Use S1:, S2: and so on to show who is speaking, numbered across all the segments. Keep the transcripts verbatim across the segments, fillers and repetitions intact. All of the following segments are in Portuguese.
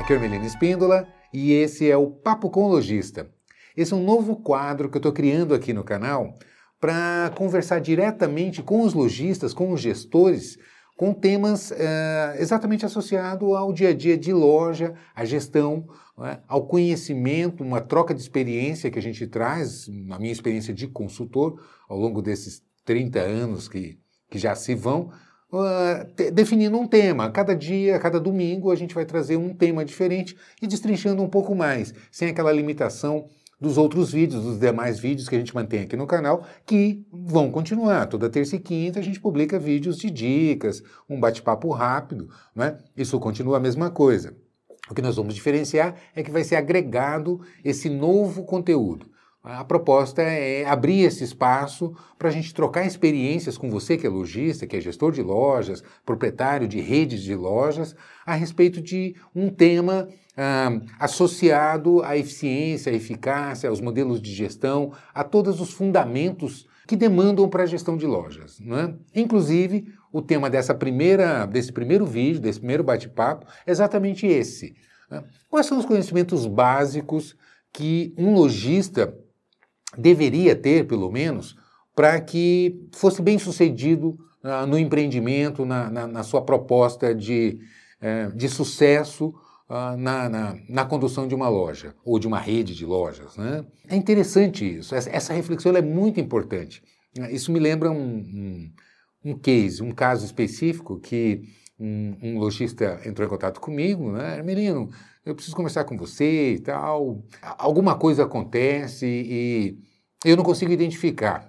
S1: Aqui é o Ermelino Espíndola e esse é o Papo com o Lojista. Esse é um novo quadro que eu estou criando aqui no canal para conversar diretamente com os lojistas, com os gestores, com temas é, exatamente associados ao dia a dia de loja, à gestão, né, ao conhecimento, uma troca de experiência que a gente traz, a minha experiência de consultor, ao longo desses trinta anos que, que já se vão, Uh, te, definindo um tema. Cada dia, cada domingo, a gente vai trazer um tema diferente e destrinchando um pouco mais, sem aquela limitação dos outros vídeos, dos demais vídeos que a gente mantém aqui no canal, que vão continuar. Toda terça e quinta a gente publica vídeos de dicas, um bate-papo rápido, né? Isso continua a mesma coisa. O que nós vamos diferenciar é que vai ser agregado esse novo conteúdo. A proposta é abrir esse espaço para a gente trocar experiências com você que é lojista, que é gestor de lojas, proprietário de redes de lojas, a respeito de um tema ah, associado à eficiência, à eficácia, aos modelos de gestão, a todos os fundamentos que demandam para a gestão de lojas, né? Inclusive, o tema dessa primeira, desse primeiro vídeo, desse primeiro bate-papo, é exatamente esse, né? Quais são os conhecimentos básicos que um lojista deveria ter, pelo menos, para que fosse bem sucedido uh, no empreendimento, na, na, na sua proposta de, uh, de sucesso uh, na, na, na condução de uma loja, ou de uma rede de lojas, né? É interessante isso, essa, essa reflexão ela é muito importante. Uh, isso me lembra um, um, um case, um caso específico que um, um lojista entrou em contato comigo, né? Menino, eu preciso conversar com você e tal, alguma coisa acontece e eu não consigo identificar.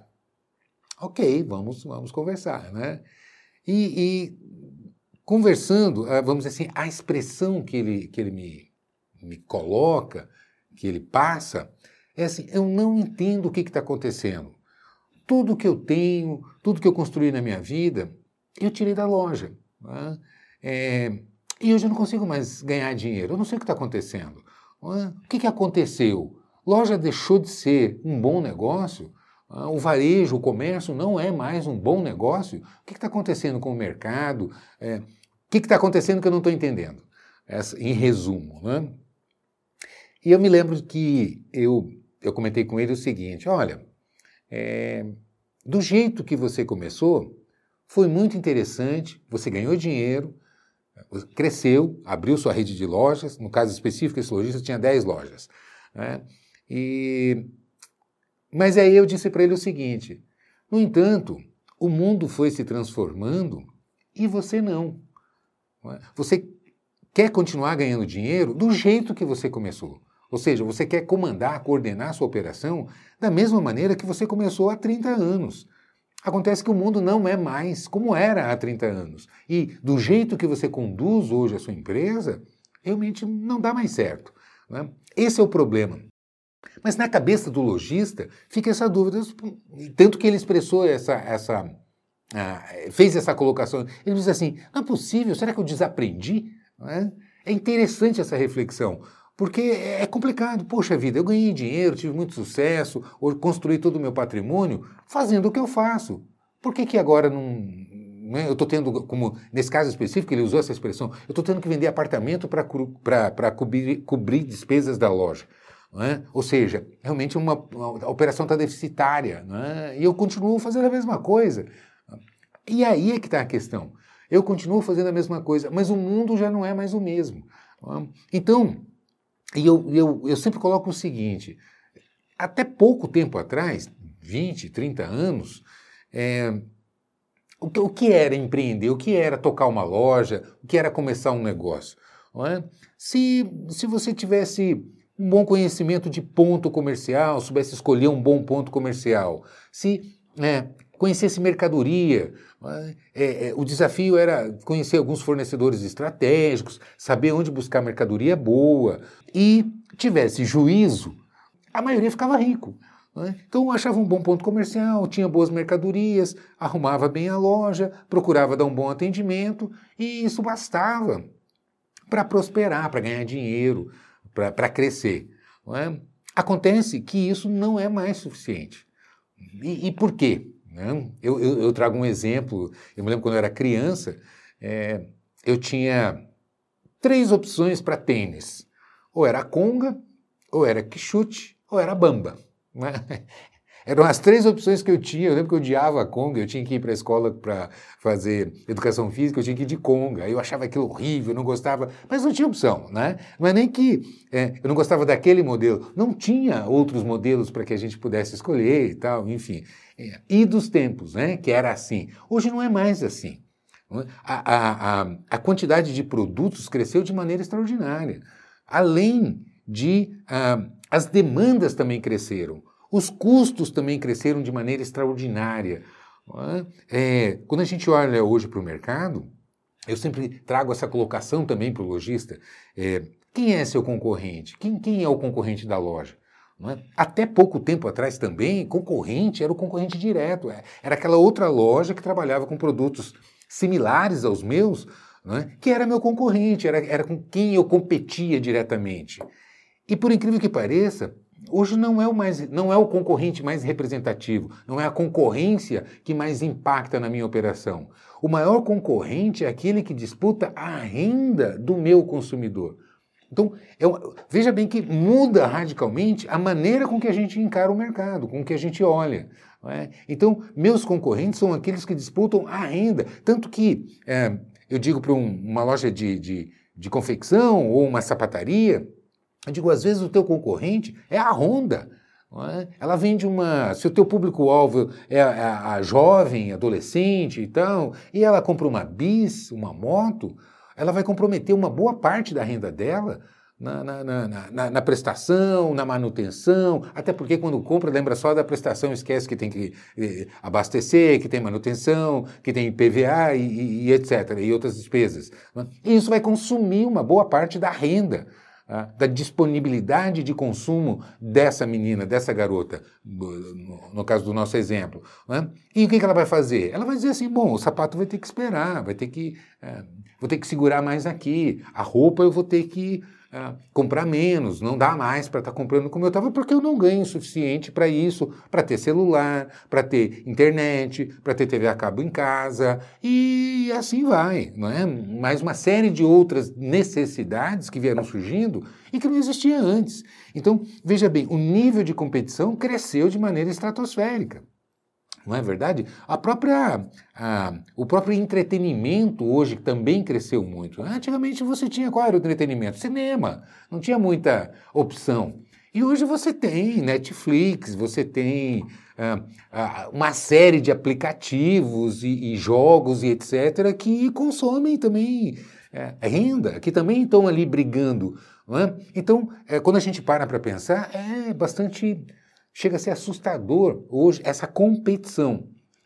S1: Ok, vamos, vamos conversar, né? E, e conversando, vamos dizer assim, a expressão que ele, que ele me, me coloca, que ele passa, é assim, eu não entendo o que está acontecendo. Tudo que eu tenho, tudo que eu construí na minha vida, eu tirei da loja, né? É, e hoje eu não consigo mais ganhar dinheiro, eu não sei o que está acontecendo. Né? O que, que aconteceu? Loja deixou de ser um bom negócio? Uh, o varejo, o comércio não é mais um bom negócio? O que está acontecendo com o mercado? É, o que está acontecendo que eu não estou entendendo? Essa, em resumo, né? E eu me lembro que eu, eu comentei com ele o seguinte, olha, é, do jeito que você começou, foi muito interessante, você ganhou dinheiro, cresceu, abriu sua rede de lojas, no caso específico esse lojista tinha dez lojas, né? E, mas aí eu disse para ele o seguinte, no entanto, o mundo foi se transformando e você não. Não é? Você quer continuar ganhando dinheiro do jeito que você começou. Ou seja, você quer comandar, coordenar a sua operação da mesma maneira que você começou há trinta anos. Acontece que o mundo não é mais como era há trinta anos. E do jeito que você conduz hoje a sua empresa, realmente não dá mais certo, né? Esse é o problema. Mas na cabeça do lojista fica essa dúvida, tanto que ele expressou essa, essa ah, fez essa colocação, ele diz assim, não é possível, será que eu desaprendi? Não é? É interessante essa reflexão, porque é complicado, poxa vida, eu ganhei dinheiro, tive muito sucesso, construí todo o meu patrimônio fazendo o que eu faço, por que que agora não... Né? Eu estou tendo, como nesse caso específico, ele usou essa expressão, eu estou tendo que vender apartamento para cobrir, cobrir despesas da loja. Não é? Ou seja, realmente uma, uma, a operação está deficitária, não é? E eu continuo fazendo a mesma coisa. E aí é que está a questão. Eu continuo fazendo a mesma coisa, mas o mundo já não é mais o mesmo. Não é? Então, e eu, eu, eu sempre coloco o seguinte, até pouco tempo atrás, vinte, trinta anos, é, o, que, o que era empreender, o que era tocar uma loja, o que era começar um negócio? Não é? Se, se você tivesse um bom conhecimento de ponto comercial, soubesse escolher um bom ponto comercial, se é, conhecesse mercadoria, é, é, o desafio era conhecer alguns fornecedores estratégicos, saber onde buscar mercadoria boa e tivesse juízo, a maioria ficava rico. Né? Então achava um bom ponto comercial, tinha boas mercadorias, arrumava bem a loja, procurava dar um bom atendimento e isso bastava para prosperar, para ganhar dinheiro, para crescer. Não é? Acontece que isso não é mais suficiente. E, e por quê? Né? Eu, eu, eu trago um exemplo, eu me lembro quando eu era criança, é, eu tinha três opções para tênis. Ou era Conga, ou era Quixote, ou era Bamba. Né? Eram as três opções que eu tinha. Eu lembro que eu odiava a Conga, eu tinha que ir para a escola para fazer educação física, eu tinha que ir de Conga. Eu achava aquilo horrível, eu não gostava, mas não tinha opção, né? Não é nem que é, eu não gostava daquele modelo, não tinha outros modelos para que a gente pudesse escolher e tal, enfim. E dos tempos, né? Que era assim. Hoje não é mais assim. A, a, a, a quantidade de produtos cresceu de maneira extraordinária. Além de... Uh, as demandas também cresceram. Os custos também cresceram de maneira extraordinária. É, quando a gente olha hoje para o mercado, eu sempre trago essa colocação também para o lojista. É, quem é seu concorrente? Quem, quem é o concorrente da loja? Não é? Até pouco tempo atrás também, concorrente era o concorrente direto. Era aquela outra loja que trabalhava com produtos similares aos meus, não é? Que era meu concorrente, era, era com quem eu competia diretamente. E por incrível que pareça, hoje não é o mais, não é o concorrente mais representativo, não é a concorrência que mais impacta na minha operação. O maior concorrente é aquele que disputa a renda do meu consumidor. Então, eu, veja bem que muda radicalmente a maneira com que a gente encara o mercado, com que a gente olha. Não é? Então, meus concorrentes são aqueles que disputam a renda. Tanto que é, eu digo para um, uma loja de, de, de confecção ou uma sapataria, eu digo, às vezes o teu concorrente é a Honda. Não é? Ela vende uma... Se o teu público-alvo é a, a, a jovem, adolescente e tal, e ela compra uma bis, uma moto, ela vai comprometer uma boa parte da renda dela na, na, na, na, na prestação, na manutenção, até porque quando compra lembra só da prestação, esquece que tem que eh, abastecer, que tem manutenção, que tem I P V A e, e, e etcétera, e outras despesas. Não é? E isso vai consumir uma boa parte da renda, da disponibilidade de consumo dessa menina, dessa garota, no caso do nosso exemplo. Né? E o que ela vai fazer? Ela vai dizer assim, bom, o sapato vai ter que esperar, vai ter que, é, vou ter que segurar mais aqui, a roupa eu vou ter que é, comprar menos, não dá mais para estar tá comprando como eu estava, porque eu não ganho o suficiente para isso, para ter celular, para ter internet, para ter T V a cabo em casa, e assim vai, não é? Mais uma série de outras necessidades que vieram surgindo e que não existia antes. Então, veja bem, o nível de competição cresceu de maneira estratosférica. Não é verdade? A própria, a, o próprio entretenimento hoje também cresceu muito. Antigamente você tinha, qual era o entretenimento? Cinema, não tinha muita opção. E hoje você tem Netflix, você tem ah, ah, uma série de aplicativos e, e jogos e etcétera que consomem também é, renda, que também estão ali brigando. Não é? Então, é, quando a gente para para pensar, é bastante... Chega a ser assustador hoje essa competição.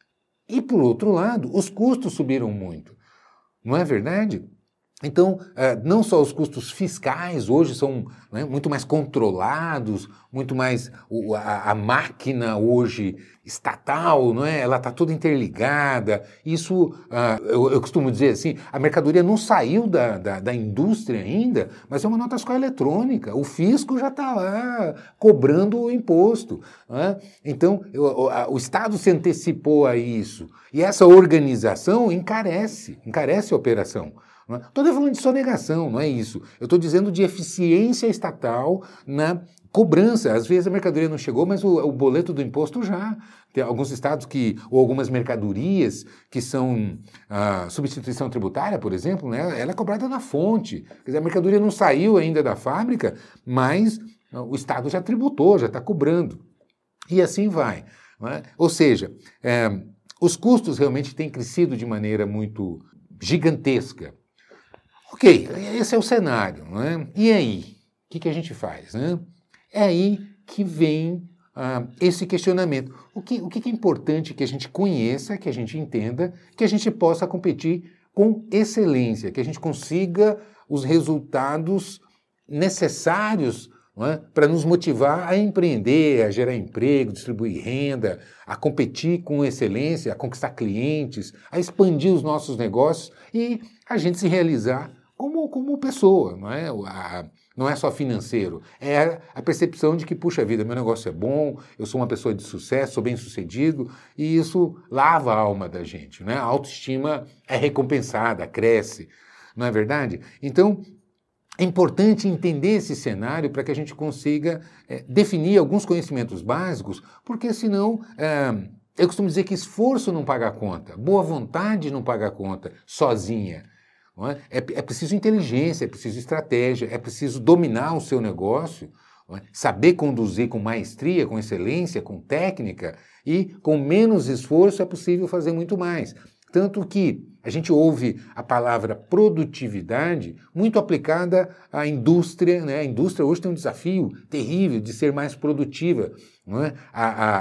S1: E, por outro lado, os custos subiram muito. Não é verdade? Então, não só os custos fiscais hoje são, né, muito mais controlados, muito mais... A, a máquina hoje estatal, não é? Ela está toda interligada. Isso, eu, eu costumo dizer assim, a mercadoria não saiu da, da, da indústria ainda, mas é uma nota fiscal eletrônica. O fisco já está lá cobrando o imposto. Não é? Então, o, o Estado se antecipou a isso. E essa organização encarece, encarece a operação. Estou falando de sonegação, não é isso. Eu estou dizendo de eficiência estatal na cobrança. Às vezes a mercadoria não chegou, mas o, o boleto do imposto já. Tem alguns estados que, ou algumas mercadorias que são a substituição tributária, por exemplo, né, ela é cobrada na fonte. Quer dizer, a mercadoria não saiu ainda da fábrica, mas o Estado já tributou, já está cobrando. E assim vai. Não é? Ou seja, é, os custos realmente têm crescido de maneira muito gigantesca. Ok, esse é o cenário, não é? E aí? O que, que a gente faz? Né? É aí que vem ah, esse questionamento. O, que, o que é importante que a gente conheça, que a gente entenda, que a gente possa competir com excelência, que a gente consiga os resultados necessários, não é? Para nos motivar a empreender, a gerar emprego, distribuir renda, a competir com excelência, a conquistar clientes, a expandir os nossos negócios e a gente se realizar Como, como pessoa, não é? A, não é só financeiro, é a percepção de que, puxa vida, meu negócio é bom, eu sou uma pessoa de sucesso, sou bem-sucedido, e isso lava a alma da gente, né? A autoestima é recompensada, cresce, não é verdade? Então, é importante entender esse cenário para que a gente consiga é, definir alguns conhecimentos básicos, porque senão, é, eu costumo dizer que esforço não paga a conta, boa vontade não paga a conta, sozinha. Não é? É, é preciso inteligência, é preciso estratégia, é preciso dominar o seu negócio, não é? Saber conduzir com maestria, com excelência, com técnica, e com menos esforço é possível fazer muito mais. Tanto que a gente ouve a palavra produtividade muito aplicada à indústria, né? A indústria hoje tem um desafio terrível de ser mais produtiva, não é? a, a,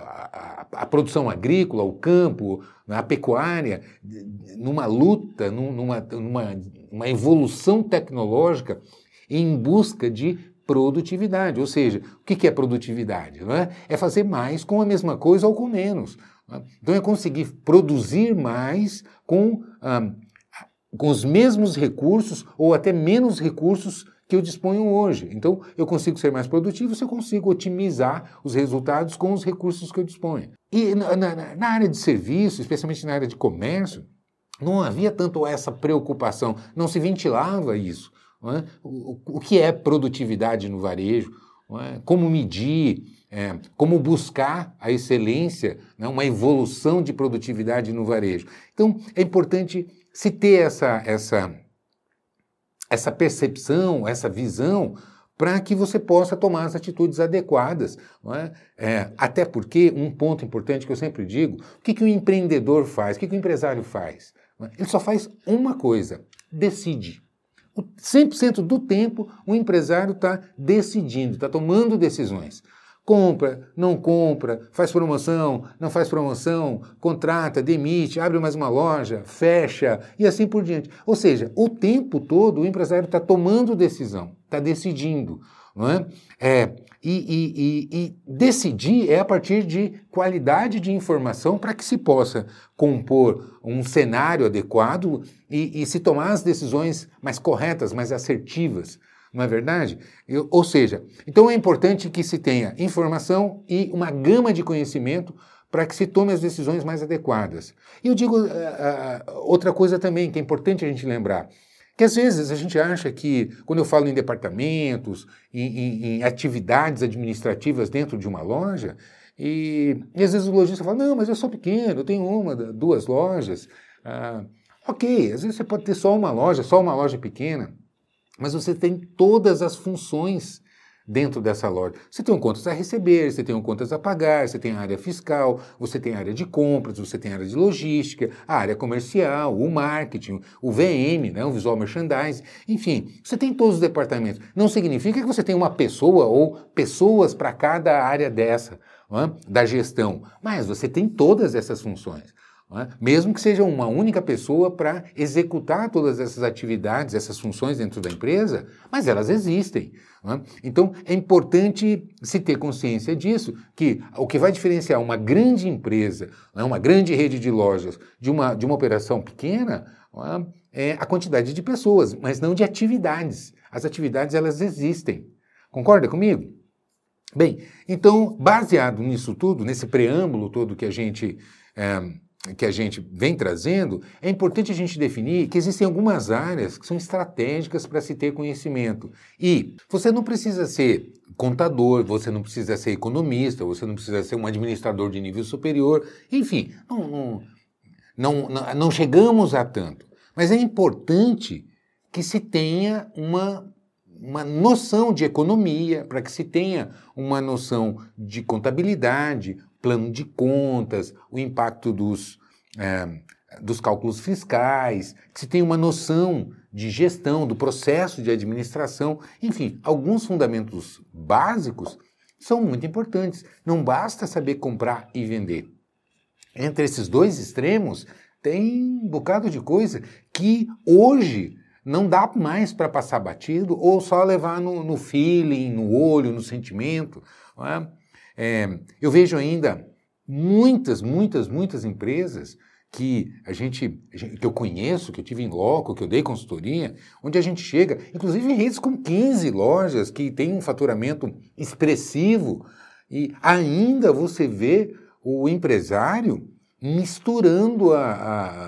S1: a, a produção agrícola, o campo, a pecuária, numa luta, numa, numa uma evolução tecnológica em busca de produtividade. Ou seja, o que é produtividade? Não é? É fazer mais com a mesma coisa ou com menos. Então é conseguir produzir mais com, ah, com os mesmos recursos ou até menos recursos que eu disponho hoje. Então eu consigo ser mais produtivo se eu consigo otimizar os resultados com os recursos que eu disponho. E na, na, na área de serviço, especialmente na área de comércio, não havia tanto essa preocupação, não se ventilava isso. Não é? o, o que é produtividade no varejo? Não é? Como medir? É, como buscar a excelência, né, uma evolução de produtividade no varejo. Então, é importante se ter essa, essa, essa percepção, essa visão, para que você possa tomar as atitudes adequadas. Não é? É, até porque, um ponto importante que eu sempre digo, o que, que o empreendedor faz, o que, que o empresário faz? Não é? Ele só faz uma coisa, decide. cem por cento do tempo, o empresário está decidindo, está tomando decisões. Compra, não compra, faz promoção, não faz promoção, contrata, demite, abre mais uma loja, fecha e assim por diante. Ou seja, o tempo todo o empresário está tomando decisão, está decidindo. Não é? É, e, e, e, e decidir é a partir de qualidade de informação para que se possa compor um cenário adequado e, e se tomar as decisões mais corretas, mais assertivas. Não é verdade? Eu, ou seja, então é importante que se tenha informação e uma gama de conhecimento para que se tome as decisões mais adequadas. E eu digo uh, uh, outra coisa também que é importante a gente lembrar, que às vezes a gente acha que, quando eu falo em departamentos, em, em, em atividades administrativas dentro de uma loja, e, e às vezes o lojista fala, não, mas eu sou pequeno, eu tenho uma, duas lojas. Ah, ok, às vezes você pode ter só uma loja, só uma loja pequena, mas você tem todas as funções dentro dessa loja. Você tem um contas a receber, você tem um contas a pagar, você tem a área fiscal, você tem a área de compras, você tem a área de logística, a área comercial, o marketing, o V M, né, o Visual Merchandising, enfim, você tem todos os departamentos. Não significa que você tem uma pessoa ou pessoas para cada área dessa, não é, da gestão, mas você tem todas essas funções. Não é? Mesmo que seja uma única pessoa para executar todas essas atividades, essas funções dentro da empresa, mas elas existem. Não é? Então, é importante se ter consciência disso, que o que vai diferenciar uma grande empresa, não é? Uma grande rede de lojas, de uma, de uma operação pequena, não é? É a quantidade de pessoas, mas não de atividades. As atividades, elas existem. Concorda comigo? Bem, então, baseado nisso tudo, nesse preâmbulo todo que a gente... É, que a gente vem trazendo, é importante a gente definir que existem algumas áreas que são estratégicas para se ter conhecimento. E você não precisa ser contador, você não precisa ser economista, você não precisa ser um administrador de nível superior, enfim, não, não, não, não, não chegamos a tanto. Mas é importante que se tenha uma, uma noção de economia, para que se tenha uma noção de contabilidade, plano de contas, o impacto dos, é, dos cálculos fiscais, que se tenha uma noção de gestão, do processo de administração, enfim, alguns fundamentos básicos são muito importantes. Não basta saber comprar e vender. Entre esses dois extremos, tem um bocado de coisa que hoje não dá mais para passar batido ou só levar no, no feeling, no olho, no sentimento, não é? É, eu vejo ainda muitas, muitas, muitas empresas que a gente, que eu conheço, que eu tive em loco, que eu dei consultoria, onde a gente chega, inclusive em redes com quinze lojas que tem um faturamento expressivo, e ainda você vê o empresário misturando a, a,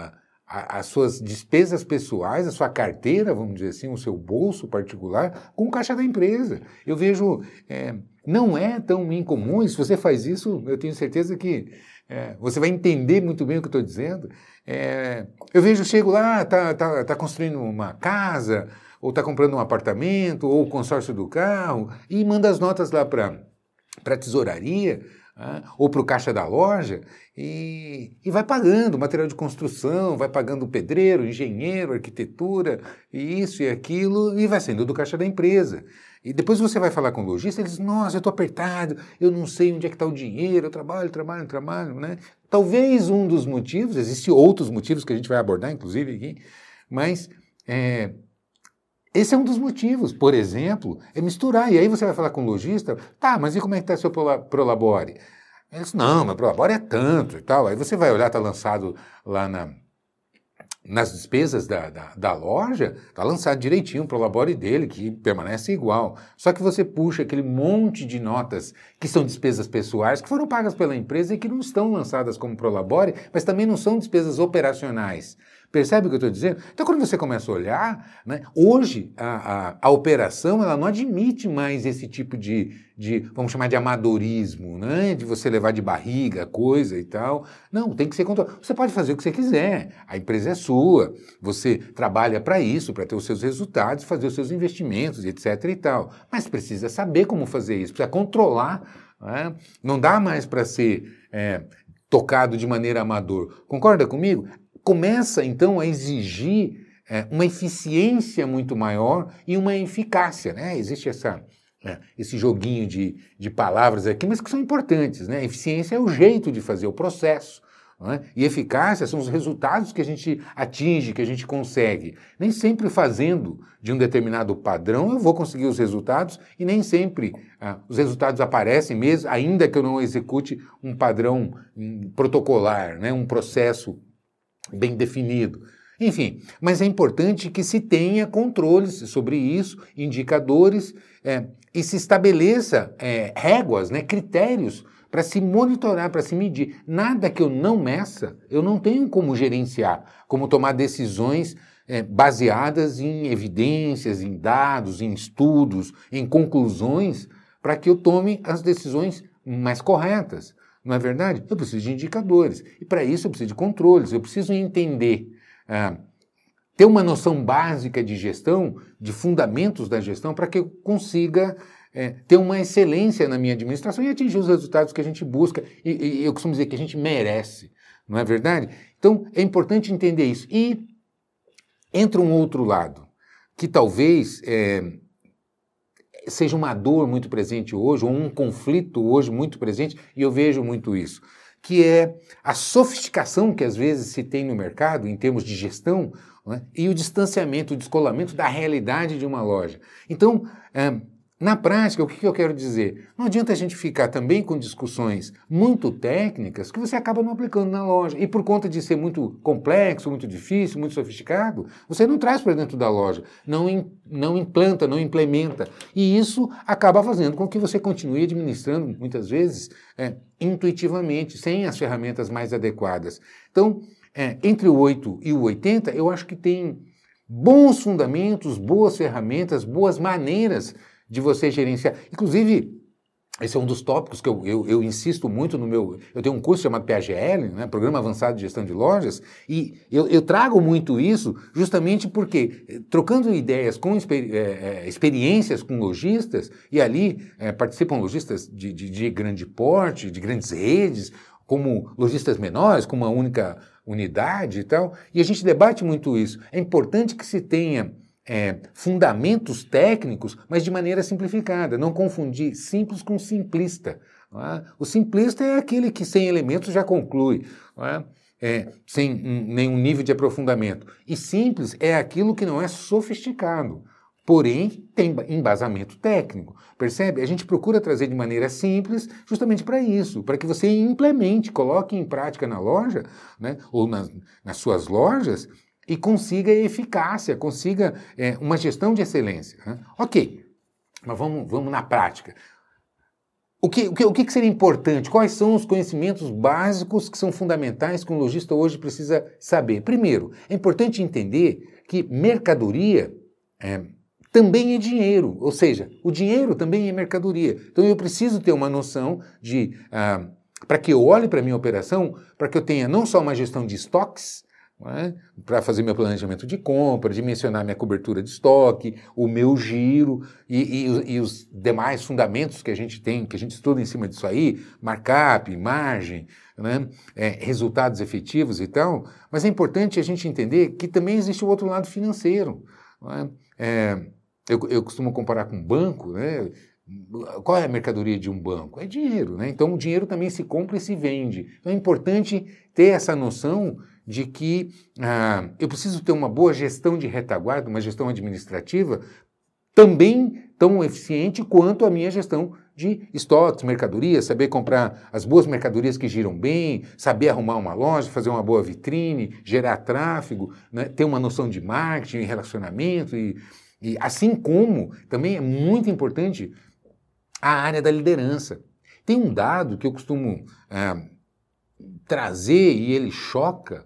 S1: a, as suas despesas pessoais, a sua carteira, vamos dizer assim, o seu bolso particular, com o caixa da empresa. Eu vejo, é, não é tão incomum, e se você faz isso, eu tenho certeza que é, você vai entender muito bem o que eu estou dizendo. É, eu vejo, chego lá, está tá, tá construindo uma casa, ou está comprando um apartamento, ou o consórcio do carro, e manda as notas lá para a tesouraria, ah, ou para o caixa da loja, e, e vai pagando material de construção, vai pagando o pedreiro, engenheiro, arquitetura, e isso e aquilo, e vai saindo do caixa da empresa. E depois você vai falar com o lojista, ele diz, nossa, eu estou apertado, eu não sei onde é que está o dinheiro, eu trabalho, trabalho, trabalho, né? Talvez um dos motivos, existem outros motivos que a gente vai abordar, inclusive aqui, mas é, esse é um dos motivos, por exemplo, é misturar. E aí você vai falar com o lojista, tá, mas e como é que está seu Prolabore? Ele diz, não, meu Prolabore é tanto e tal. Aí você vai olhar, está lançado lá na... nas despesas da, da, da loja, está lançado direitinho o Prolabore dele, que permanece igual. Só que você puxa aquele monte de notas que são despesas pessoais, que foram pagas pela empresa e que não estão lançadas como Prolabore, mas também não são despesas operacionais. Percebe o que eu estou dizendo? Então, quando você começa a olhar, né, hoje a, a, a operação ela não admite mais esse tipo de, de, vamos chamar de amadorismo, né, de você levar de barriga coisa e tal. Não, tem que ser controlado. Você pode fazer o que você quiser, a empresa é sua, você trabalha para isso, para ter os seus resultados, fazer os seus investimentos, etc e tal. Mas precisa saber como fazer isso, precisa controlar, né? Não dá mais para ser é, tocado de maneira amador. Concorda comigo? Começa, então, a exigir é, uma eficiência muito maior e uma eficácia, né? Existe essa, é, esse joguinho de, de palavras aqui, mas que são importantes, né? Eficiência é o jeito de fazer o processo, não é? E eficácia são os resultados que a gente atinge, que a gente consegue. Nem sempre fazendo de um determinado padrão eu vou conseguir os resultados e nem sempre ah, os resultados aparecem mesmo, ainda que eu não execute um padrão um protocolar, né? Um processo bem definido. Enfim, mas é importante que se tenha controles sobre isso, indicadores, é, e se estabeleça é, réguas, né, critérios para se monitorar, para se medir. Nada que eu não meça, eu não tenho como gerenciar, como tomar decisões é, baseadas em evidências, em dados, em estudos, em conclusões, para que eu tome as decisões mais corretas. Não é verdade? Eu preciso de indicadores. E para isso eu preciso de controles, eu preciso entender, ah, ter uma noção básica de gestão, de fundamentos da gestão, para que eu consiga é, ter uma excelência na minha administração e atingir os resultados que a gente busca e, e eu costumo dizer que a gente merece. Não é verdade? Então é importante entender isso. E entra um outro lado, que talvez... É, seja uma dor muito presente hoje, ou um conflito hoje muito presente, e eu vejo muito isso, que é a sofisticação que às vezes se tem no mercado, em termos de gestão, né, e o distanciamento, o descolamento da realidade de uma loja. Então, é, na prática, o que eu quero dizer? Não adianta a gente ficar também com discussões muito técnicas que você acaba não aplicando na loja. E por conta de ser muito complexo, muito difícil, muito sofisticado, você não traz para dentro da loja, não, in, não implanta, não implementa. E isso acaba fazendo com que você continue administrando, muitas vezes, é, intuitivamente, sem as ferramentas mais adequadas. Então, é, entre o oito e o oitenta, eu acho que tem bons fundamentos, boas ferramentas, boas maneiras de você gerenciar. Inclusive, esse é um dos tópicos que eu, eu, eu insisto muito no meu... Eu tenho um curso chamado P A G L, né, Programa Avançado de Gestão de Lojas, e eu, eu trago muito isso justamente porque, trocando ideias com exper, é, experiências com lojistas, e ali é, participam lojistas de, de, de grande porte, de grandes redes, como lojistas menores, com uma única unidade e tal, e a gente debate muito isso. É importante que se tenha É, fundamentos técnicos, mas de maneira simplificada, não confundir simples com simplista. Não é? O simplista é aquele que sem elementos já conclui, não é? É, sem um, nenhum nível de aprofundamento. E simples é aquilo que não é sofisticado, porém tem embasamento técnico. Percebe? A gente procura trazer de maneira simples justamente para isso, para que você implemente, coloque em prática na loja, né, ou nas, nas suas lojas, e consiga eficácia, consiga é, uma gestão de excelência. Né? Ok, mas vamos, vamos na prática. O que, o, que, o que seria importante? Quais são os conhecimentos básicos que são fundamentais que um lojista hoje precisa saber? Primeiro, é importante entender que mercadoria é, também é dinheiro, ou seja, o dinheiro também é mercadoria. Então eu preciso ter uma noção de, ah, para que eu olhe para a minha operação, para que eu tenha não só uma gestão de estoques, é? Para fazer meu planejamento de compra, dimensionar minha cobertura de estoque, o meu giro e, e, e os demais fundamentos que a gente tem, que a gente estuda em cima disso aí, markup, margem, né? É, resultados efetivos e tal, mas é importante a gente entender que também existe o outro lado financeiro. Não é? É, eu, eu costumo comparar com um banco, né? Qual é a mercadoria de um banco? É dinheiro, né? Então o dinheiro também se compra e se vende. Então é importante ter essa noção de que ah, eu preciso ter uma boa gestão de retaguarda, uma gestão administrativa também tão eficiente quanto a minha gestão de estoques, mercadorias, saber comprar as boas mercadorias que giram bem, saber arrumar uma loja, fazer uma boa vitrine, gerar tráfego, né? Ter uma noção de marketing, relacionamento e, e assim como também é muito importante a área da liderança. Tem um dado que eu costumo ah, trazer e ele choca.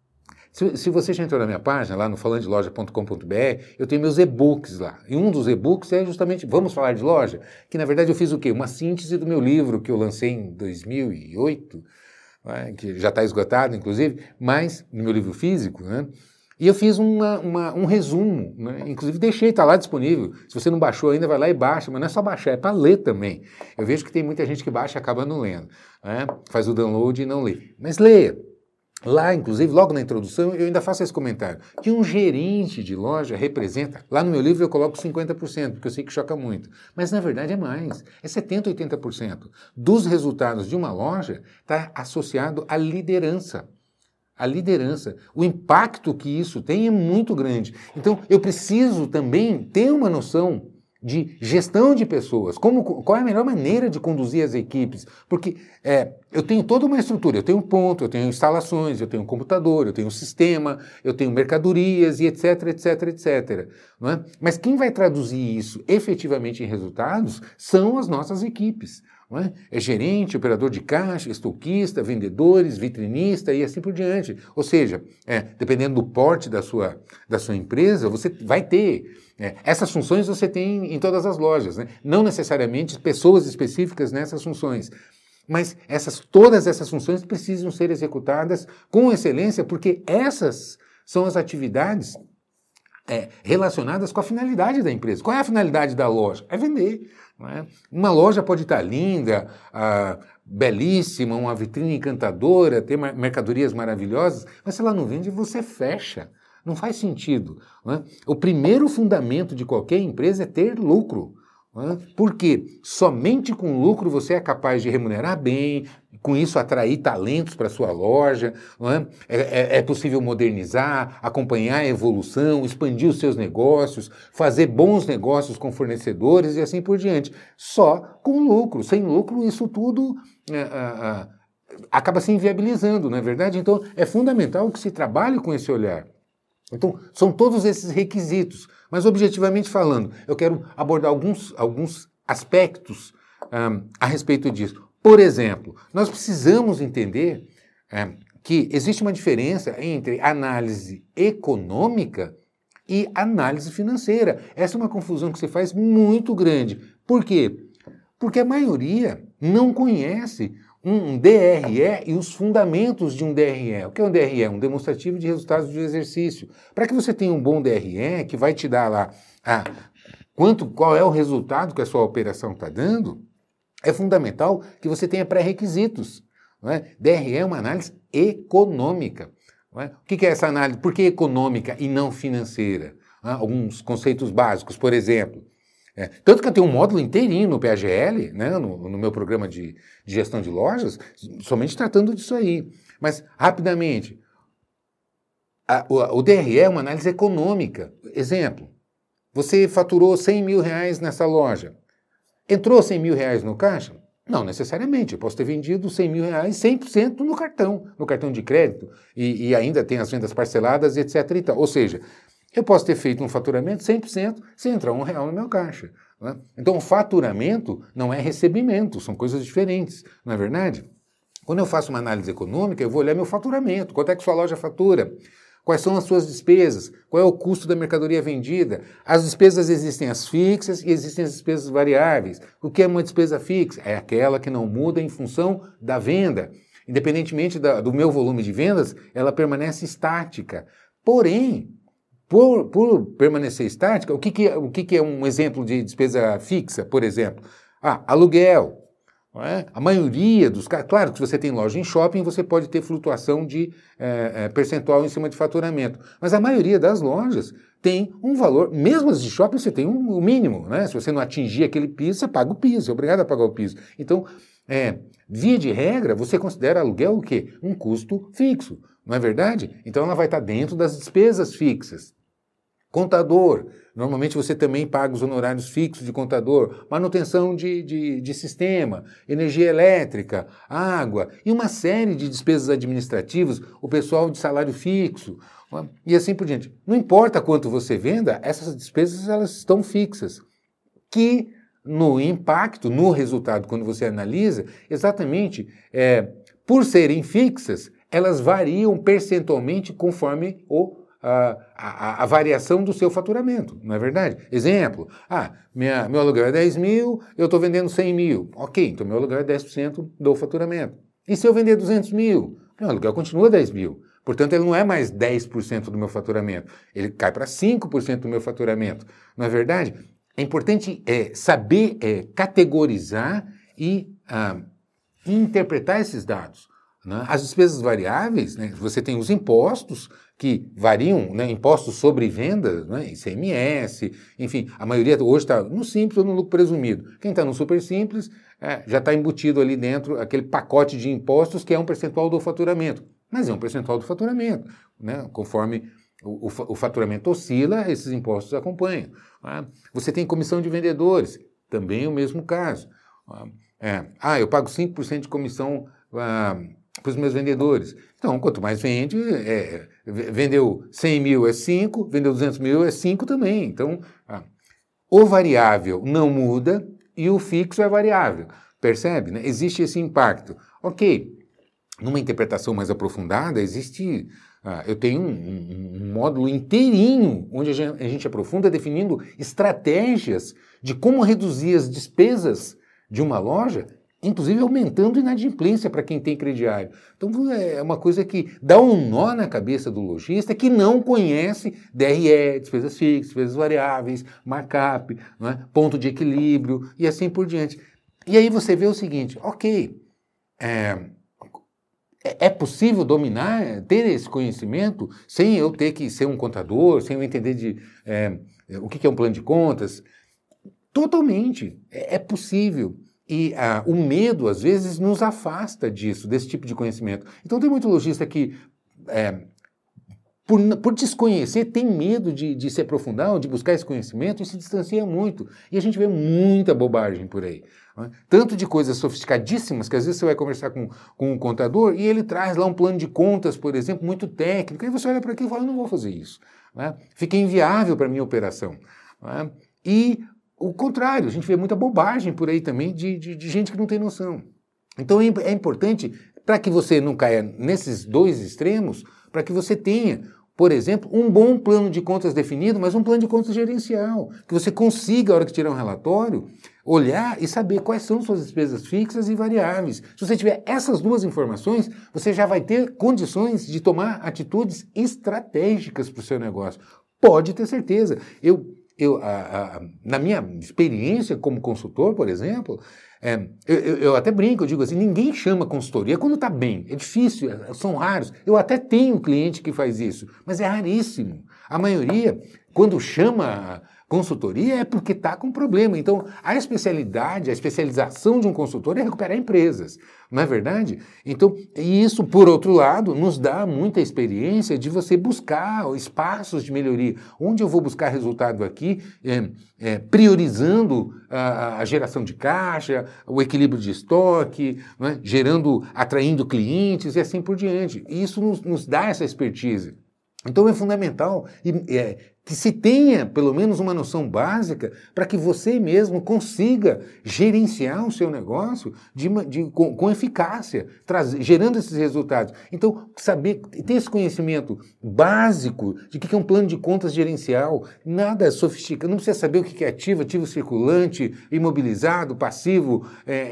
S1: Se, se você já entrou na minha página, lá no falando de loja ponto com ponto br, eu tenho meus e-books lá. E um dos e-books é justamente Vamos Falar de Loja, que na verdade eu fiz o quê? Uma síntese do meu livro que eu lancei em dois mil e oito, né, que já está esgotado, inclusive, mas no meu livro físico, né? E eu fiz uma, uma, um resumo, né? Inclusive deixei, está lá disponível. Se você não baixou ainda, vai lá e baixa, mas não é só baixar, é para ler também. Eu vejo que tem muita gente que baixa e acaba não lendo, né? Faz o download e não lê. Mas leia. Lá, inclusive, logo na introdução, eu ainda faço esse comentário, que um gerente de loja representa, lá no meu livro eu coloco cinquenta por cento, porque eu sei que choca muito, mas na verdade é mais, é setenta, oitenta por cento dos resultados de uma loja está associado à liderança. A liderança, o impacto que isso tem é muito grande. Então, eu preciso também ter uma noção de gestão de pessoas, como, qual é a melhor maneira de conduzir as equipes, porque é, eu tenho toda uma estrutura, eu tenho ponto, eu tenho instalações, eu tenho um computador, eu tenho um sistema, eu tenho mercadorias e etc, etc, etc. Não é? Mas quem vai traduzir isso efetivamente em resultados são as nossas equipes. Não é? É gerente, operador de caixa, estoquista, vendedores, vitrinista e assim por diante. Ou seja, é, dependendo do porte da sua, da sua empresa, você vai ter é, essas funções você tem em todas as lojas, né? Não necessariamente pessoas específicas nessas funções. Mas essas, todas essas funções precisam ser executadas com excelência, porque essas são as atividades É, relacionadas com a finalidade da empresa. Qual é a finalidade da loja? É vender. Não é? Uma loja pode estar linda, ah, belíssima, uma vitrine encantadora, ter mercadorias maravilhosas, mas se ela não vende, você fecha. Não faz sentido. Não é? O primeiro fundamento de qualquer empresa é ter lucro. Não é? Porque somente com lucro você é capaz de remunerar bem, com isso atrair talentos para a sua loja, não é? É, é possível modernizar, acompanhar a evolução, expandir os seus negócios, fazer bons negócios com fornecedores e assim por diante. Só com lucro. Sem lucro, isso tudo é, é, é, acaba se inviabilizando, não é verdade? Então, é fundamental que se trabalhe com esse olhar. Então, são todos esses requisitos. Mas, objetivamente falando, eu quero abordar alguns, alguns aspectos um, a respeito disso. Por exemplo, nós precisamos entender é, que existe uma diferença entre análise econômica e análise financeira. Essa é uma confusão que se faz muito grande. Por quê? Porque a maioria não conhece um D R E e os fundamentos de um D R E. O que é um D R E? Um demonstrativo de resultados do exercício. Para que você tenha um bom D R E, que vai te dar lá ah, quanto, qual é o resultado que a sua operação está dando, é fundamental que você tenha pré-requisitos. Não é? D R E é uma análise econômica. Não é? O que é essa análise? Por que econômica e não financeira? Não é? Alguns conceitos básicos, por exemplo. É, tanto que eu tenho um módulo inteirinho no P A G L, né, no, no meu programa de, de gestão de lojas, somente tratando disso aí. Mas, rapidamente, a, o, o D R E é uma análise econômica. Exemplo, você faturou cem mil reais nessa loja. Entrou cem mil reais no caixa? Não necessariamente. Eu posso ter vendido cem mil reais cem por cento no cartão, no cartão de crédito, e, e ainda tem as vendas parceladas, etc. E tal. Ou seja, eu posso ter feito um faturamento cem por cento sem entrar um real no meu caixa. Né? Então, o faturamento não é recebimento, são coisas diferentes, não é verdade? Quando eu faço uma análise econômica, eu vou olhar meu faturamento, quanto é que sua loja fatura, quais são as suas despesas, qual é o custo da mercadoria vendida. As despesas existem as fixas e existem as despesas variáveis. O que é uma despesa fixa? É aquela que não muda em função da venda. Independentemente da, do meu volume de vendas, ela permanece estática. Porém, por, por permanecer estática, o que, que, o que, que é um exemplo de despesa fixa, por exemplo? Ah, aluguel. Não é? A maioria dos casos, claro que se você tem loja em shopping, você pode ter flutuação de é, é, percentual em cima de faturamento. Mas a maioria das lojas tem um valor, mesmo as de shopping, você tem um, um mínimo, né? Se você não atingir aquele piso, você paga o piso, é obrigado a pagar o piso. Então, é, via de regra, você considera aluguel o quê? Um custo fixo, não é verdade? Então ela vai estar dentro das despesas fixas. Contador, normalmente você também paga os honorários fixos de contador, manutenção de, de, de sistema, energia elétrica, água e uma série de despesas administrativas, o pessoal de salário fixo e assim por diante. Não importa quanto você venda, essas despesas elas estão fixas, que no impacto, no resultado, quando você analisa, exatamente é, por serem fixas, elas variam percentualmente conforme o A, a, a variação do seu faturamento, não é verdade? Exemplo, ah, minha, meu aluguel é dez mil, eu estou vendendo cem mil. Ok, então meu aluguel é dez por cento do faturamento. E se eu vender duzentos mil? Meu aluguel continua dez mil. Portanto, ele não é mais dez por cento do meu faturamento. Ele cai para cinco por cento do meu faturamento. Não é verdade? É importante é, saber é, categorizar e ah, interpretar esses dados. Né? As despesas variáveis, né, você tem os impostos, que variam, né, impostos sobre vendas, né, I C M S, enfim, a maioria hoje está no simples ou no lucro presumido. Quem está no super simples é, já está embutido ali dentro aquele pacote de impostos que é um percentual do faturamento. Mas é um percentual do faturamento, né, conforme o, o, o faturamento oscila, esses impostos acompanham. Né? Você tem comissão de vendedores, também é o mesmo caso. É, ah, eu pago cinco por cento de comissão ah, para os meus vendedores. Então, quanto mais vende, é, vendeu cem mil é cinco, vendeu duzentos mil é cinco também. Então, ah, o variável não muda e o fixo é variável. Percebe? Né? Existe esse impacto. Ok, numa interpretação mais aprofundada, existe... Ah, eu tenho um, um, um módulo inteirinho onde a gente, a gente aprofunda definindo estratégias de como reduzir as despesas de uma loja, inclusive aumentando a inadimplência para quem tem crediário. Então é uma coisa que dá um nó na cabeça do lojista que não conhece D R E, despesas fixas, despesas variáveis, markup, não é? Ponto de equilíbrio e assim por diante. E aí você vê o seguinte, ok, é, é possível dominar, ter esse conhecimento sem eu ter que ser um contador, sem eu entender de, é, o que é um plano de contas? Totalmente, é, é possível. E ah, o medo, às vezes, nos afasta disso, desse tipo de conhecimento. Então, tem muito lojista que, é, por, por desconhecer, tem medo de, de se aprofundar, de buscar esse conhecimento e se distancia muito. E a gente vê muita bobagem por aí. Né? Tanto de coisas sofisticadíssimas, que às vezes você vai conversar com, com um contador e ele traz lá um plano de contas, por exemplo, muito técnico. Aí você olha para aquilo e fala, não vou fazer isso. Né? Fica inviável para a minha operação. Né? E... o contrário, a gente vê muita bobagem por aí também de, de, de gente que não tem noção. Então é importante, para que você não caia nesses dois extremos, para que você tenha, por exemplo, um bom plano de contas definido, mas um plano de contas gerencial, que você consiga, a hora que tirar um relatório, olhar e saber quais são suas despesas fixas e variáveis. Se você tiver essas duas informações, você já vai ter condições de tomar atitudes estratégicas para o seu negócio. Pode ter certeza. Eu... Eu, a, a, na minha experiência como consultor, por exemplo, é, eu, eu até brinco, eu digo assim, ninguém chama consultoria quando está bem, é difícil, são raros. Eu até tenho cliente que faz isso, mas é raríssimo. A maioria, quando chama consultoria, é porque está com problema. Então, a especialidade, a especialização de um consultor é recuperar empresas, não é verdade? Então, e isso, por outro lado, nos dá muita experiência de você buscar espaços de melhoria. Onde eu vou buscar resultado aqui, é, é, priorizando a, a geração de caixa, o equilíbrio de estoque, né, gerando, atraindo clientes e assim por diante. E isso nos, nos dá essa expertise. Então é fundamental é, que se tenha pelo menos uma noção básica para que você mesmo consiga gerenciar o seu negócio de, de, com, com eficácia, traz, gerando esses resultados. Então, saber, ter esse conhecimento básico de o que é um plano de contas gerencial, nada sofisticado, não precisa saber o que é ativo, ativo circulante, imobilizado, passivo, é, é,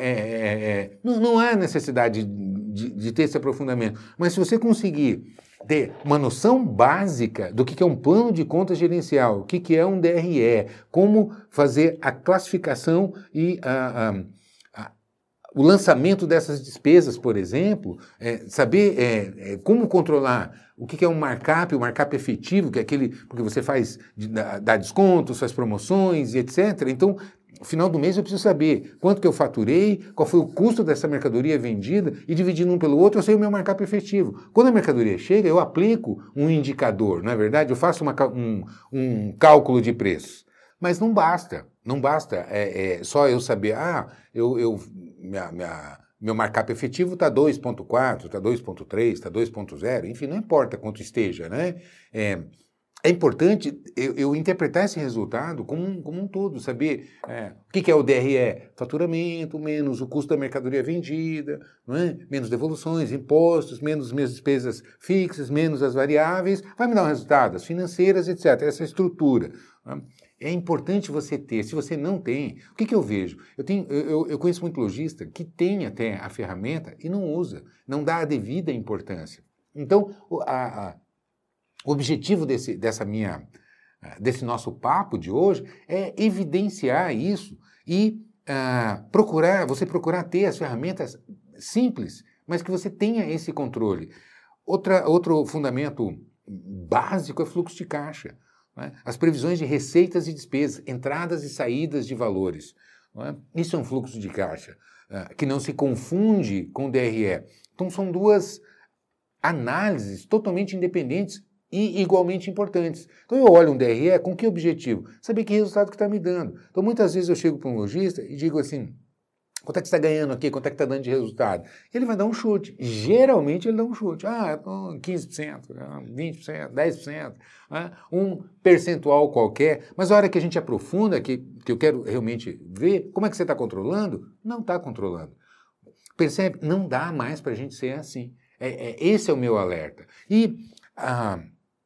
S1: é, não, não há necessidade de, de ter esse aprofundamento. Mas se você conseguir ter uma noção básica do que é um plano de contas gerencial, o que é um D R E, como fazer a classificação e a, a, a, o lançamento dessas despesas, por exemplo, é, saber é, é, como controlar o que é um markup, o markup efetivo, que é aquele porque você faz, dá, dá descontos, faz promoções e etcétera. Então, no final do mês eu preciso saber quanto que eu faturei, qual foi o custo dessa mercadoria vendida e dividindo um pelo outro eu sei o meu markup efetivo. Quando a mercadoria chega, eu aplico um indicador, não é verdade? Eu faço uma, um, um cálculo de preços. Mas não basta, não basta é, é, só eu saber, ah, eu, eu, minha, minha, meu markup efetivo está dois ponto quatro, está dois ponto três, está dois ponto zero, enfim, não importa quanto esteja, né? É, É importante eu, eu interpretar esse resultado como um, como um todo, saber é, o que, que é o D R E? Faturamento, menos o custo da mercadoria vendida, não é? Menos devoluções, impostos, menos minhas despesas fixas, menos as variáveis, vai me dar um resultado, as financeiras, etcétera. Essa estrutura. Não é? É importante você ter, se você não tem, o que, que eu vejo? Eu, tenho, eu, eu conheço muito lojista que tem até a ferramenta e não usa, não dá a devida importância. Então, a... a O objetivo desse, dessa minha, desse nosso papo de hoje é evidenciar isso e uh, procurar, você procurar ter as ferramentas simples, mas que você tenha esse controle. Outra, outro fundamento básico é fluxo de caixa, né? As previsões de receitas e despesas, entradas e saídas de valores. Não é? Isso é um fluxo de caixa uh, que não se confunde com o D R E. Então são duas análises totalmente independentes e igualmente importantes. Então eu olho um D R E com que objetivo? Saber que resultado que está me dando. Então muitas vezes eu chego para um lojista e digo assim, quanto é que você está ganhando aqui? Quanto é que está dando de resultado? Ele vai dar um chute. Geralmente ele dá um chute. Ah, quinze por cento, vinte por cento, dez por cento, né? Um percentual qualquer. Mas a hora que a gente aprofunda, que, que eu quero realmente ver, como é que você está controlando? Não está controlando. Percebe? Não dá mais para a gente ser assim. É, é, esse é o meu alerta. E... Ah,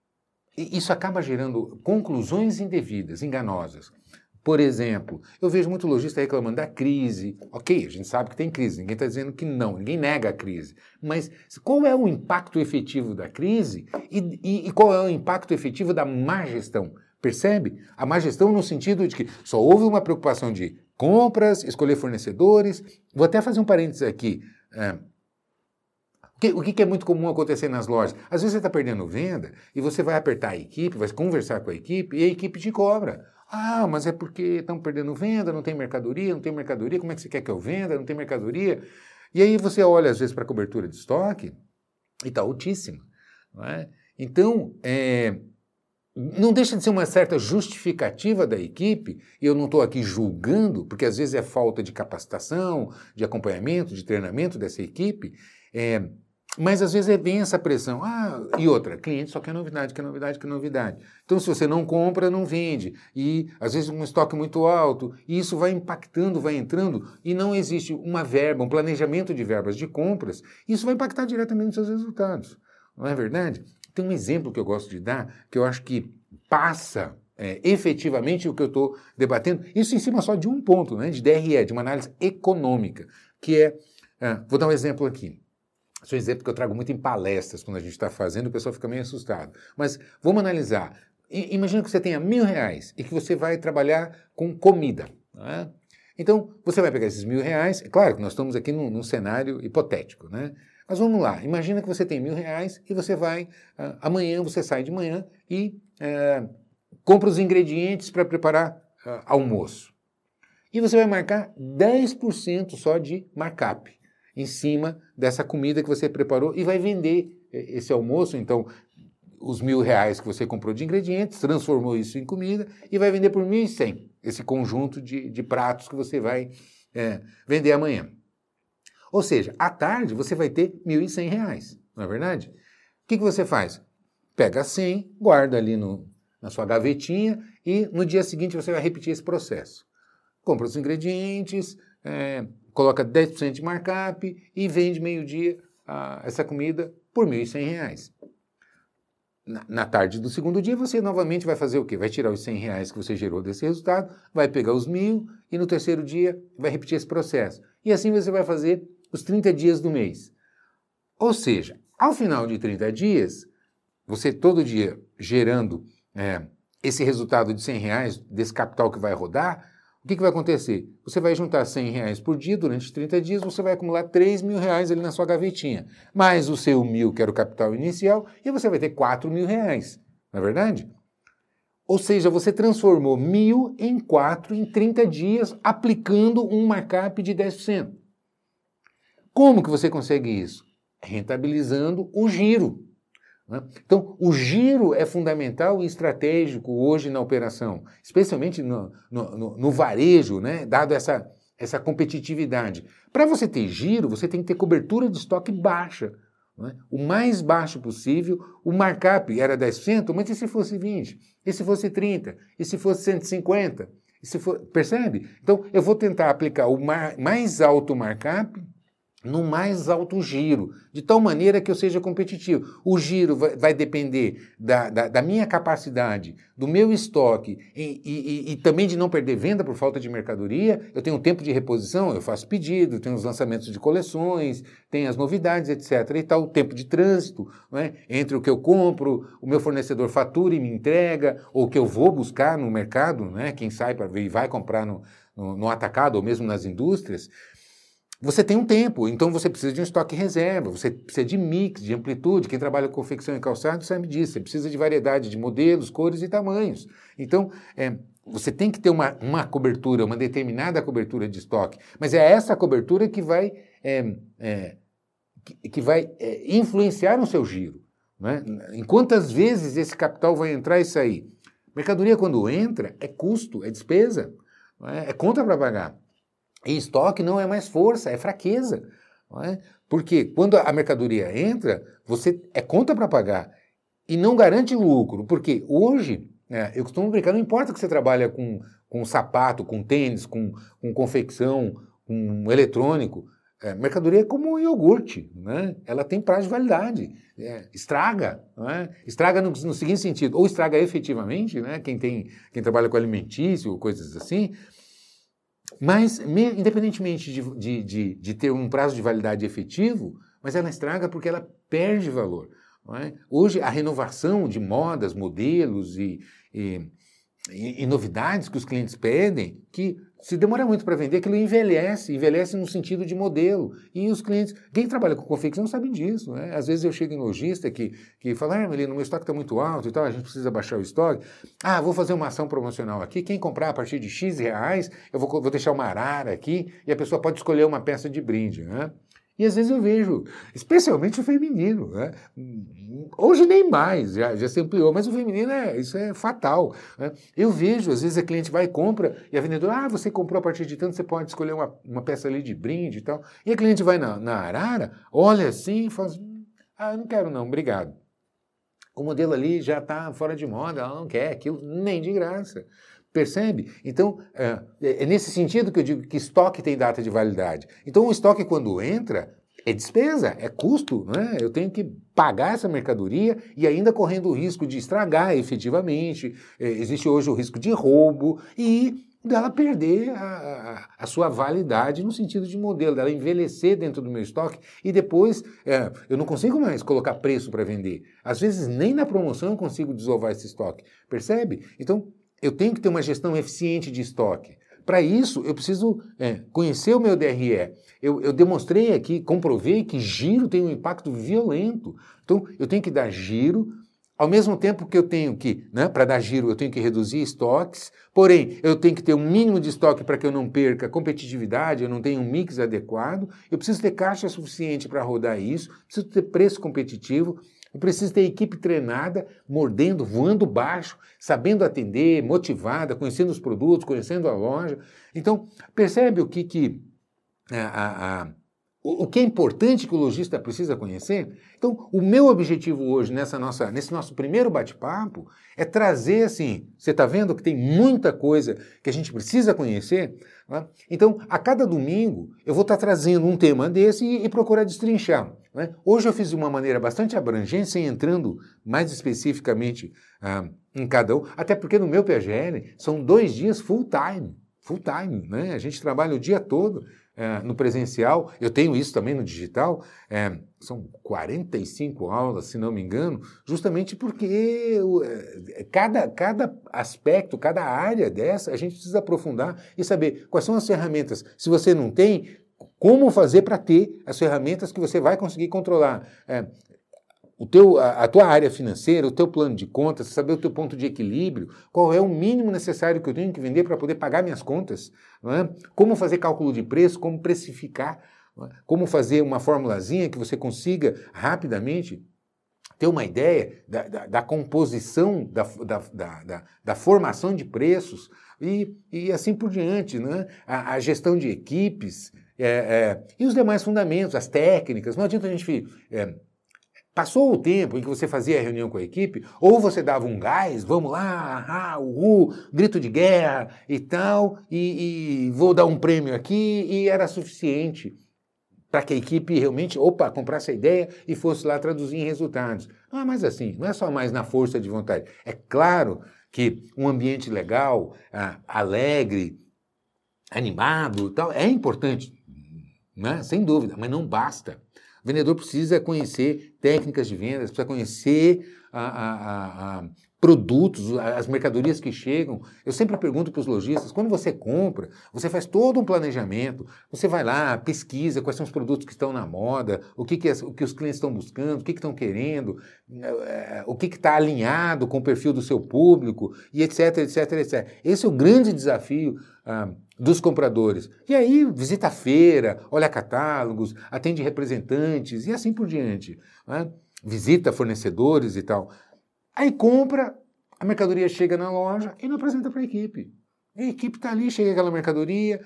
S1: isso acaba gerando conclusões indevidas, enganosas. Por exemplo, eu vejo muito lojista reclamando da crise. Ok, a gente sabe que tem crise, ninguém está dizendo que não, ninguém nega a crise. Mas qual é o impacto efetivo da crise e, e, e qual é o impacto efetivo da má gestão? Percebe? A má gestão no sentido de que só houve uma preocupação de compras, escolher fornecedores. Vou até fazer um parênteses aqui. É, O que é muito comum acontecer nas lojas? Às vezes você está perdendo venda e você vai apertar a equipe, vai conversar com a equipe e a equipe te cobra. Ah, mas é porque estão perdendo venda, não tem mercadoria, não tem mercadoria, como é que você quer que eu venda? Não tem mercadoria. E aí você olha às vezes para a cobertura de estoque e está altíssima. Não é? Então, é, não deixa de ser uma certa justificativa da equipe, e eu não estou aqui julgando, porque às vezes é falta de capacitação, de acompanhamento, de treinamento dessa equipe, é, mas às vezes é bem essa pressão. Ah, e outra, cliente só quer novidade, quer novidade, quer novidade. Então se você não compra, não vende. E às vezes um estoque muito alto, e isso vai impactando, vai entrando, e não existe uma verba, um planejamento de verbas de compras, isso vai impactar diretamente nos seus resultados. Não é verdade? Tem um exemplo que eu gosto de dar, que eu acho que passa é, efetivamente o que eu estou debatendo, isso em cima só de um ponto, né, de D R E, de uma análise econômica, que é, ah, vou dar um exemplo aqui. Esse é um exemplo que eu trago muito em palestras, quando a gente está fazendo, o pessoal fica meio assustado. Mas vamos analisar. I- imagina que você tenha mil reais e que você vai trabalhar com comida. Não é? Então, você vai pegar esses mil reais, é claro que nós estamos aqui num, num cenário hipotético, né? Mas vamos lá, imagina que você tem mil reais e você vai, uh, amanhã você sai de manhã e uh, compra os ingredientes para preparar uh, almoço. E você vai marcar dez por cento só de markup em cima dessa comida que você preparou e vai vender esse almoço, então, os mil reais que você comprou de ingredientes, transformou isso em comida e vai vender por mil e cem, esse conjunto de, de pratos que você vai é, vender amanhã. Ou seja, à tarde você vai ter mil e cem reais, não é verdade? O que, que você faz? Pega cem, guarda ali no, na sua gavetinha e no dia seguinte você vai repetir esse processo. Compra os ingredientes, é, coloca dez por cento de markup e vende meio-dia ah, essa comida por mil e cem reais. Na, na tarde do segundo dia você novamente vai fazer o quê? Vai tirar os cem reais que você gerou desse resultado, vai pegar os mil e no terceiro dia vai repetir esse processo. E assim você vai fazer os trinta dias do mês. Ou seja, ao final de trinta dias, você todo dia gerando é, esse resultado de cem reais, desse capital que vai rodar, o que, que vai acontecer? Você vai juntar cem reais por dia durante trinta dias, você vai acumular três mil reais ali na sua gavetinha. Mais o seu mil, que era o capital inicial, e você vai ter quatro mil reais. Não é verdade? Ou seja, você transformou mil em quatro em trinta dias, aplicando um markup de dez por cento. Como que você consegue isso? Rentabilizando o giro. Então, o giro é fundamental e estratégico hoje na operação, especialmente no, no, no, no varejo, né? Dado essa, essa competitividade. Para você ter giro, você tem que ter cobertura de estoque baixa, né? O mais baixo possível. O markup era dez por cento, mas e se fosse vinte por cento? E se fosse trinta por cento? E se fosse cento e cinquenta por cento? E se for... Percebe? Então, eu vou tentar aplicar o mar... mais alto markup no mais alto giro, de tal maneira que eu seja competitivo. O giro vai, vai depender da, da, da minha capacidade, do meu estoque e, e, e também de não perder venda por falta de mercadoria. Eu tenho tempo de reposição, eu faço pedido, tenho os lançamentos de coleções, tenho as novidades, etcétera. E tal, o tempo de trânsito, né, entre o que eu compro, o meu fornecedor fatura e me entrega, ou o que eu vou buscar no mercado, né, quem sai para ver e vai comprar no, no, no atacado ou mesmo nas indústrias. Você tem um tempo, então você precisa de um estoque reserva, você precisa de mix, de amplitude. Quem trabalha com confecção e calçado sabe disso, você precisa de variedade de modelos, cores e tamanhos. Então, é, você tem que ter uma, uma cobertura, uma determinada cobertura de estoque, mas é essa cobertura que vai, é, é, que, que vai é, influenciar no seu giro, né? Em quantas vezes esse capital vai entrar e sair. Mercadoria, quando entra, é custo, é despesa, é, é conta para pagar. E estoque não é mais força, é fraqueza. Não é? Porque quando a mercadoria entra, você é conta para pagar e não garante lucro. Porque hoje, é, eu costumo brincar, não importa que você trabalha com, com sapato, com tênis, com, com confecção, com eletrônico, é, mercadoria é como um iogurte, né? Ela tem prazo de validade, é, estraga, não é? Estraga no, no seguinte sentido, ou estraga efetivamente, né? quem, tem, quem trabalha com alimentício, coisas assim. Mas, me, independentemente de, de, de, de ter um prazo de validade efetivo, mas ela estraga porque ela perde valor. Não é? Hoje, a renovação de modas, modelos e, e, e, e novidades que os clientes pedem, que se demora muito para vender, aquilo envelhece, envelhece no sentido de modelo. E os clientes, quem trabalha com confecção sabe disso. Né? Às vezes eu chego em lojista que, que fala, ah, Melino, meu estoque está muito alto e tal, a gente precisa baixar o estoque. Ah, vou fazer uma ação promocional aqui, quem comprar a partir de X reais, eu vou, vou deixar uma arara aqui e a pessoa pode escolher uma peça de brinde. Né? E às vezes eu vejo, especialmente o feminino, né? Hoje nem mais, já, já se ampliou, mas o feminino, é, isso é fatal. Né? Eu vejo, às vezes a cliente vai e compra, e a vendedora, ah, você comprou a partir de tanto, você pode escolher uma, uma peça ali de brinde e tal. E a cliente vai na, na arara, olha assim e fala assim, ah, eu não quero não, obrigado. O modelo ali já está fora de moda, ela não quer aquilo, nem de graça. Percebe? Então, é, é nesse sentido que eu digo que estoque tem data de validade. Então, o estoque, quando entra, é despesa, é custo, né? Eu tenho que pagar essa mercadoria e ainda correndo o risco de estragar efetivamente. É, existe hoje o risco de roubo e dela perder a, a, a sua validade no sentido de modelo, dela envelhecer dentro do meu estoque e depois é, eu não consigo mais colocar preço para vender. Às vezes, nem na promoção eu consigo desovar esse estoque. Percebe? Então, eu tenho que ter uma gestão eficiente de estoque. Para isso, eu preciso é, conhecer o meu D R E. Eu, eu demonstrei aqui, comprovei que giro tem um impacto violento. Então, eu tenho que dar giro, ao mesmo tempo que eu tenho que, né, para dar giro, eu tenho que reduzir estoques, porém, eu tenho que ter um mínimo de estoque para que eu não perca competitividade, eu não tenho um mix adequado, eu preciso ter caixa suficiente para rodar isso, preciso ter preço competitivo, eu preciso ter equipe treinada, mordendo, voando baixo, sabendo atender, motivada, conhecendo os produtos, conhecendo a loja. Então, percebe o que, que a, a, a, o, o que é importante que o lojista precisa conhecer. Então, o meu objetivo hoje, nessa nossa, nesse nosso primeiro bate-papo, é trazer assim, você está vendo que tem muita coisa que a gente precisa conhecer? Né? Então, a cada domingo, eu vou estar trazendo um tema desse e, e procurar destrinchar. Né? Hoje eu fiz de uma maneira bastante abrangente, sem entrando mais especificamente ah, em cada um, até porque no meu P G L são dois dias full time, full time, né? A gente trabalha o dia todo é, no presencial, eu tenho isso também no digital, é, são quarenta e cinco aulas, se não me engano, justamente porque é, cada, cada aspecto, cada área dessa, a gente precisa aprofundar e saber quais são as ferramentas. Se você não tem, como fazer para ter as ferramentas que você vai conseguir controlar. É, O teu, a, a tua área financeira, o teu plano de contas, saber o teu ponto de equilíbrio, qual é o mínimo necessário que eu tenho que vender para poder pagar minhas contas, não é? Como fazer cálculo de preço, como precificar, não é? Como fazer uma formulazinha que você consiga rapidamente ter uma ideia da, da, da composição, da, da, da, da, da formação de preços e, e assim por diante, não é? a, a gestão de equipes é, é, e os demais fundamentos, as técnicas. Não adianta a gente... É, Passou o tempo em que você fazia a reunião com a equipe, ou você dava um gás, vamos lá, ah, uhul, grito de guerra e tal, e, e vou dar um prêmio aqui, e era suficiente para que a equipe realmente, opa, comprasse a ideia e fosse lá traduzir em resultados. Não é mais assim, não é só mais na força de vontade. É claro que um ambiente legal, ah, alegre, animado e tal, é importante, né? Sem dúvida, mas não basta. O vendedor precisa conhecer técnicas de vendas, precisa conhecer a, a, a, a produtos, as mercadorias que chegam. Eu sempre pergunto para os lojistas, quando você compra, você faz todo um planejamento, você vai lá, pesquisa quais são os produtos que estão na moda, o que, que, as, o que os clientes estão buscando, o que, que estão querendo, é, o que que está alinhado com o perfil do seu público, e etc, etc, etcétera. Esse é o grande desafio ah, dos compradores. E aí visita a feira, olha catálogos, atende representantes e assim por diante. Né? Visita fornecedores e tal. Aí compra, a mercadoria chega na loja e não apresenta para a equipe. A equipe está ali, chega aquela mercadoria,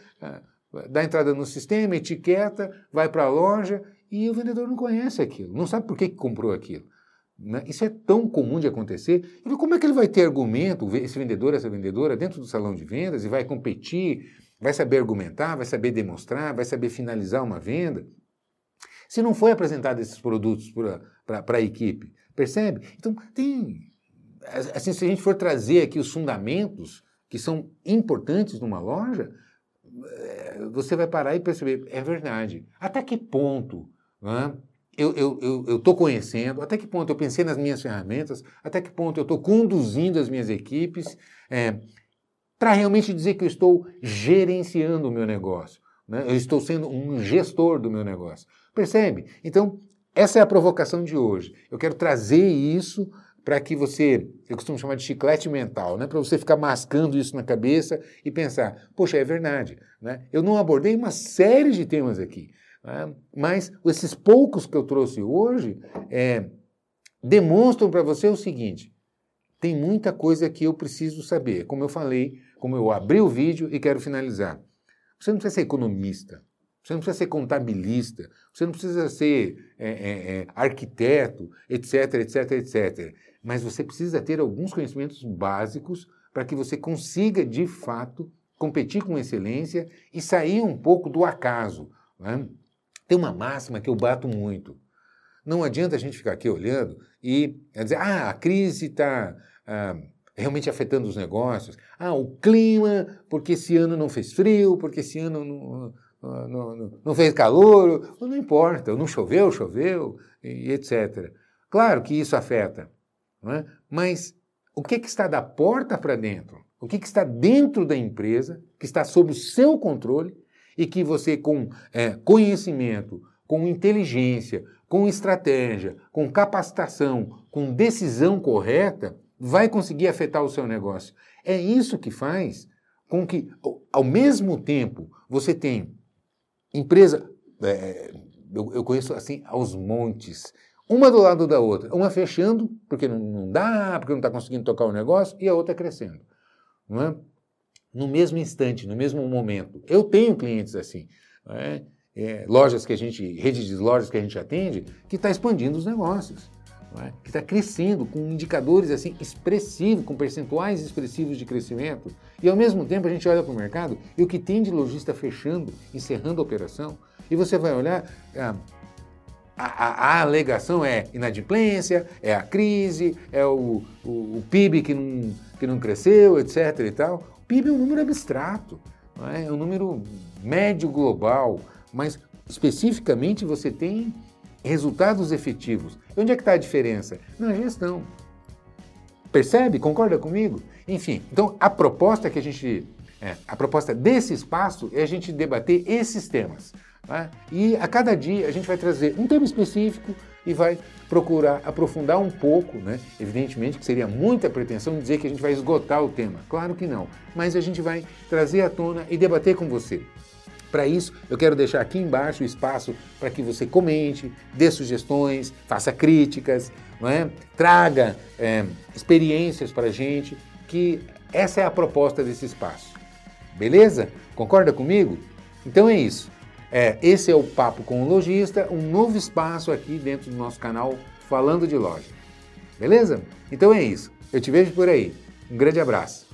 S1: dá entrada no sistema, etiqueta, vai para a loja e o vendedor não conhece aquilo, não sabe por que comprou aquilo. Isso é tão comum de acontecer. Então, como é que ele vai ter argumento, esse vendedor, essa vendedora, dentro do salão de vendas e vai competir, vai saber argumentar, vai saber demonstrar, vai saber finalizar uma venda, se não foi apresentado esses produtos para a equipe? Percebe? Então, tem... Assim, se a gente for trazer aqui os fundamentos que são importantes numa loja, você vai parar e perceber, é verdade. Até que ponto, né, eu estou eu, eu, eu conhecendo, até que ponto eu pensei nas minhas ferramentas, até que ponto eu estou conduzindo as minhas equipes é, para realmente dizer que eu estou gerenciando o meu negócio. Né? Eu estou sendo um gestor do meu negócio. Percebe? Então, essa é a provocação de hoje. Eu quero trazer isso para que você, eu costumo chamar de chiclete mental, né? Para você ficar mascando isso na cabeça e pensar, poxa, é verdade. Né? Eu não abordei uma série de temas aqui, né? Mas esses poucos que eu trouxe hoje é, demonstram para você o seguinte, tem muita coisa que eu preciso saber. Como eu falei, como eu abri o vídeo e quero finalizar. Você não precisa ser economista, você não precisa ser contabilista, você não precisa ser é, é, é, arquiteto, etc, etc, etcétera. Mas você precisa ter alguns conhecimentos básicos para que você consiga, de fato, competir com excelência e sair um pouco do acaso. Né? Tem uma máxima que eu bato muito. Não adianta a gente ficar aqui olhando e dizer, ah, a crise está... Ah, realmente afetando os negócios. Ah, o clima, porque esse ano não fez frio, porque esse ano não, não, não, não fez calor, não importa, não choveu, choveu, e etcétera. Claro que isso afeta, não é? Mas o que, que está da porta para dentro? O que, que está dentro da empresa, que está sob o seu controle e que você, com é, conhecimento, com inteligência, com estratégia, com capacitação, com decisão correta, vai conseguir afetar o seu negócio. É isso que faz com que, ao mesmo tempo, você tem empresa, é, eu, eu conheço assim, aos montes, uma do lado da outra, uma fechando, porque não, não dá, porque não está conseguindo tocar o negócio, e a outra crescendo. Não é? No mesmo instante, no mesmo momento. Eu tenho clientes assim. Não é? é, lojas que a gente, rede de lojas que a gente atende, que está expandindo os negócios, não é? Que está crescendo com indicadores assim expressivos, com percentuais expressivos de crescimento. E ao mesmo tempo a gente olha para o mercado e o que tem de lojista fechando, encerrando a operação, e você vai olhar... Ah, A, a, a alegação é inadimplência, é a crise, é o, o, o P I B que não, que não cresceu, etc e tal. O P I B é um número abstrato, não é? É um número médio global, mas especificamente você tem resultados efetivos. E onde é que está a diferença? Na gestão. Percebe? Concorda comigo? Enfim, então a proposta que a gente, é, a proposta desse espaço é a gente debater esses temas. Tá? E a cada dia a gente vai trazer um tema específico e vai procurar aprofundar um pouco, né? Evidentemente que seria muita pretensão dizer que a gente vai esgotar o tema, claro que não, mas a gente vai trazer à tona e debater com você. Para isso, eu quero deixar aqui embaixo o espaço para que você comente, dê sugestões, faça críticas, não é? Traga é, experiências para a gente, que essa é a proposta desse espaço. Beleza? Concorda comigo? Então é isso. É, esse é o Papo com o Lojista, um novo espaço aqui dentro do nosso canal Falando de Loja. Beleza? Então é isso. Eu te vejo por aí. Um grande abraço.